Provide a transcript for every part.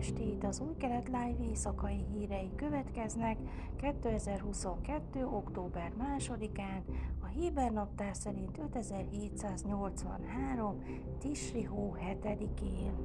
estét! Az Új Kelet Live éjszakai hírei következnek 2022. október 2-án, a héber naptár szerint 5783. Tisri hó 7-én.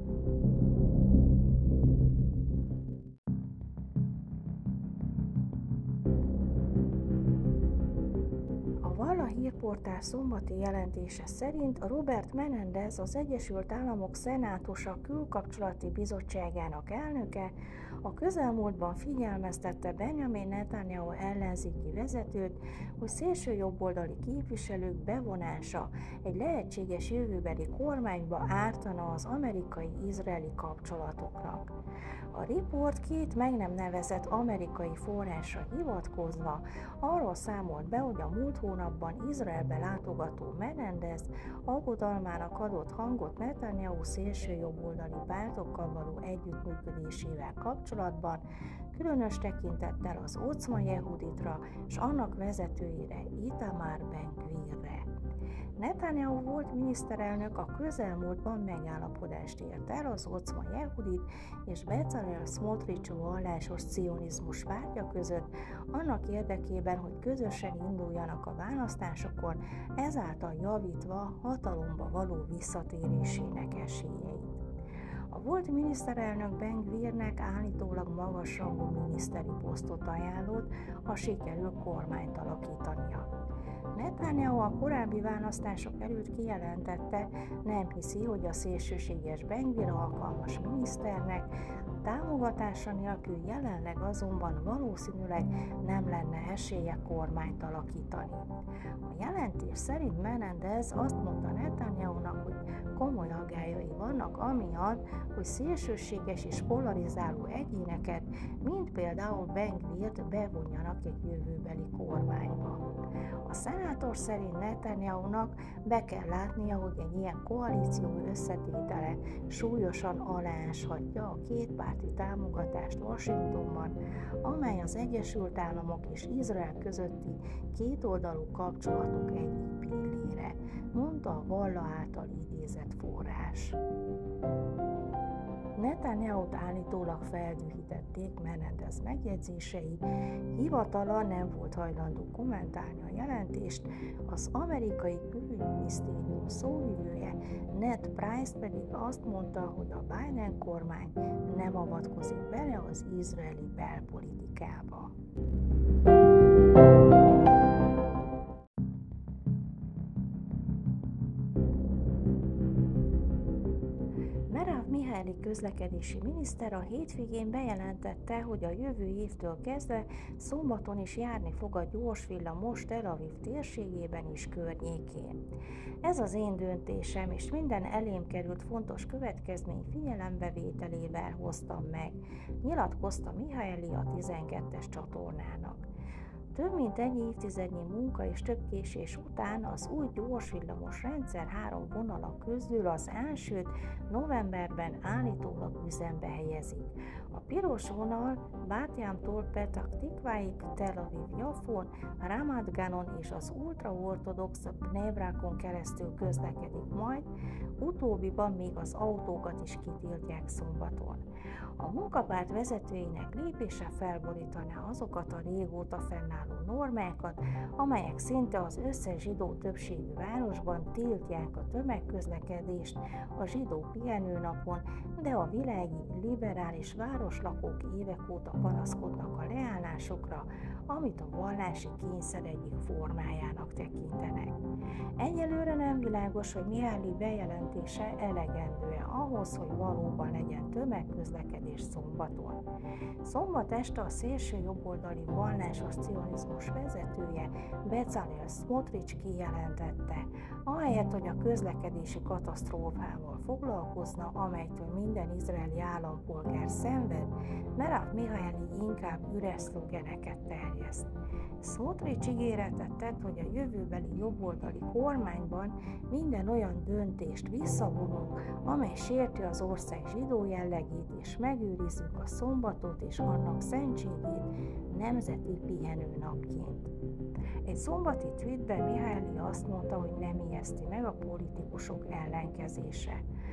A Valla hírportál szombati jelentése szerint Robert Menendez, az Egyesült Államok Szenátusa külkapcsolati bizottságának elnöke a közelmúltban figyelmeztette Benjamin Netanyahu ellenzéki vezetőt, hogy szélsőjobboldali képviselők bevonása egy lehetséges jövőbeli kormányba ártana az amerikai-izraeli kapcsolatoknak. A riport két meg nem nevezett amerikai forrásra hivatkozva arról számolt be, hogy a múlt hónapban Izraelbe látogató Menendez aggodalmának adott hangot Netanyahu szélsőjobboldali pártokkal való együttműködésével kapcsolatban, különös tekintettel az Otzma Yehuditra és annak vezetőjére, Itamar Ben-Gvirre. Netanyahu volt miniszterelnök a közelmúltban megállapodást ért el az Otzma Yehudit és Bezalel Smotrich vallásos cionizmus pártja között, annak érdekében, hogy közösen induljanak a választásokon, ezáltal javítva hatalomba való visszatérésének esélyeit. A volt miniszterelnök Ben-Gvirnek állítólag magasrangú miniszteri posztot ajánlott, ha sikerül kormányt alakítania. Netanyahu a korábbi választások előtt kijelentette, nem hiszi, hogy a szélsőséges Ben-Gvir alkalmas miniszternek, támogatása nélkül jelenleg azonban valószínűleg nem lenne esélye kormányt alakítani. A jelentés szerint Menendez azt mondta Netanyahunak, hogy komoly aggályai vannak amiatt, hogy szélsőséges és polarizáló egyéneket, mint például Ben-Gvirt bevonjanak egy jövőbeli kormányba. A szenátor szerint Netanyahunak be kell látnia, hogy egy ilyen koalíció összetétele súlyosan alááshatja a kétpárti támogatást Washingtonban, amely az Egyesült Államok és Izrael közötti kétoldalú kapcsolatok egyik pillére, mondta a Valla által idézett forrás. Netanyahut állítólag feldühítették Menendez megjegyzései, hivatala nem volt hajlandó kommentálni a jelentést, az amerikai külügyminisztérium szóvivője Ned Price pedig azt mondta, hogy a Biden kormány nem avatkozik bele az izraeli belpolitikába. Közlekedési miniszter a hétvégén bejelentette, hogy a jövő évtől kezdve szombaton is járni fog a gyorsvillamos Tel Aviv térségében is környékén. Ez az én döntésem, és minden elém került fontos következmény figyelembevételével hoztam meg, nyilatkozta Mihály a 12-es csatornának. Több mint egy évtizednyi munka és több késés után az új gyorsvillamos rendszer 3 vonala közül az elsőt novemberben állítólag üzembe helyezik. A piros vonal Bat Yamtól Petah Tikváig, Tel Aviv Jafón, Ramat Ganon és az ultraortodox Bnei Brakon keresztül közlekedik majd, utóbbiban még az autókat is kitiltják szombaton. A munkapárt vezetőinek lépése felborítaná azokat a régóta fennálló normákat, amelyek szinte az összes zsidó többségű városban tiltják a tömegközlekedést a zsidó pihenőnapon, de a világi liberális városlakók évek óta panaszkodnak a leállásokra, amit a vallási kényszer egyik formájának tekintenek. Egyelőre nem világos, hogy Mihály bejelentése elegendő-e ahhoz, hogy valóban legyen tömegközlekedés szombaton. Szombat este a szélső jobboldali vallásos cionizmus vezetője Bezalel Smotrich kijelentette, ahelyett, hogy a közlekedési katasztrófával foglalkozna, amelytől minden izraeli állampolgár szenved, Merav Mihály inkább üres szlogeneket terjeszt. Smotrich ígéretet tett, hogy a jövőbeli jobboldali kormányban minden olyan döntést visszavonunk, amely sérti az ország zsidó jellegét, és megőrizzük a szombatot és annak szentségét nemzeti pihenőnapként. Egy szombati tweetben Mihály azt mondta, hogy nem ijeszti meg a politikusok ellenkezése.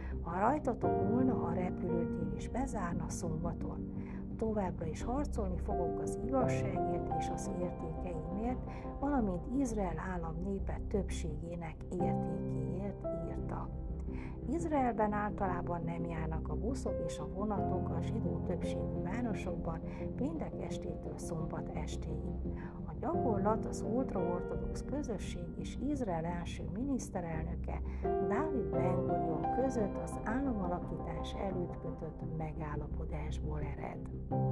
Ha rajtatok múlna, a repülőtér is bezárna szombaton. Továbbra is harcolni fogok az igazságért és az értékeimért, valamint Izrael állam népe többségének értékéért, írta. Izraelben általában nem járnak a buszok és a vonatok a zsidó többségű városokban péntek estétől szombat estéig. A gyakorlat az ultraortodox közösség és Izrael első miniszterelnöke Dávid Ben-Gurion között az államalapítás előtt kötött megállapodásból ered.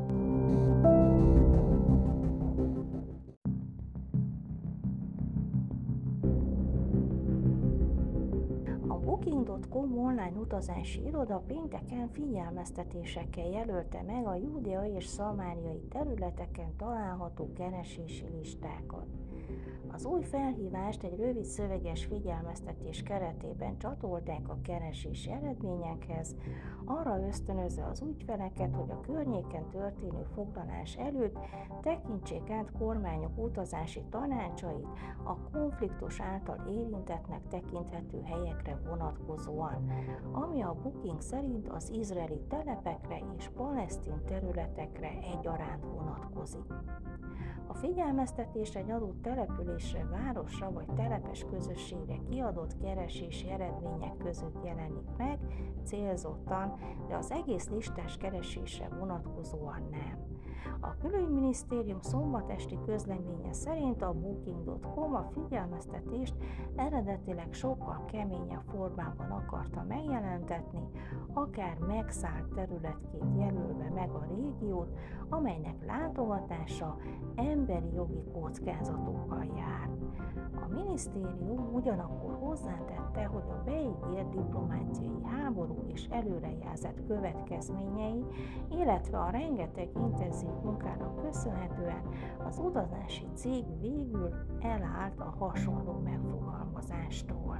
Booking.com online utazási iroda pénteken figyelmeztetésekkel jelölte meg a Júdea és szamáriai területeken található keresési listákat. Az új felhívást egy rövid szöveges figyelmeztetés keretében csatolták a keresési eredményekhez, arra ösztönözve az ügyfeleket, hogy a környéken történő foglalás előtt tekintsék át kormányok utazási tanácsait a konfliktus által érintettnek tekinthető helyekre vonatkozóan, ami a Booking szerint az izraeli telepekre és palesztin területekre egyaránt vonatkozik. A figyelmeztetés egy adott településre, városra vagy telepes közösségre kiadott keresési eredmények között jelenik meg célzottan, de az egész listás keresésre vonatkozóan nem. A külügyminisztérium szombat esti közleménye szerint a Booking.com a figyelmeztetést eredetileg sokkal keményebb formában akarta megjelentetni, akár megszállt területként jelölve meg a régiót, amelynek látogatása emberi jogi kockázatokkal jár. A minisztérium ugyanakkor hozzátette, hogy a beígért diplomáciai háború és előrejelzett következményei, illetve a rengeteg intenzív munkának köszönhetően az utazási cég végül elállt a hasonló megfogalmazástól.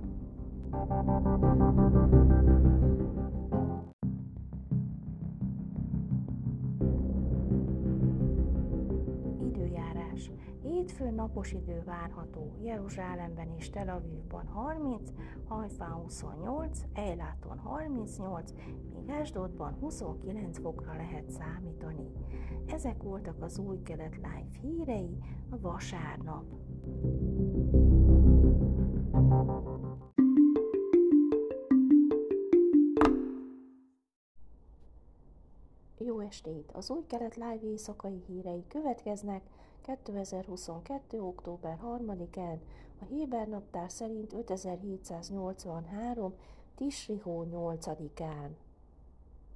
Időjárás. Hétfőn napos idő várható, Jeruzsálemben és Tel Avivban 30, Hajfán 28, Eiláton 38, míg Asdodban 29 fokra lehet számítani. Ezek voltak az Új Kelet Live hírei a vasárnap. Jó estét! Az Új Kelet Live éjszakai hírei következnek 2022. október 3-án, a Héber naptár szerint 5783. Tisri hó 8-án.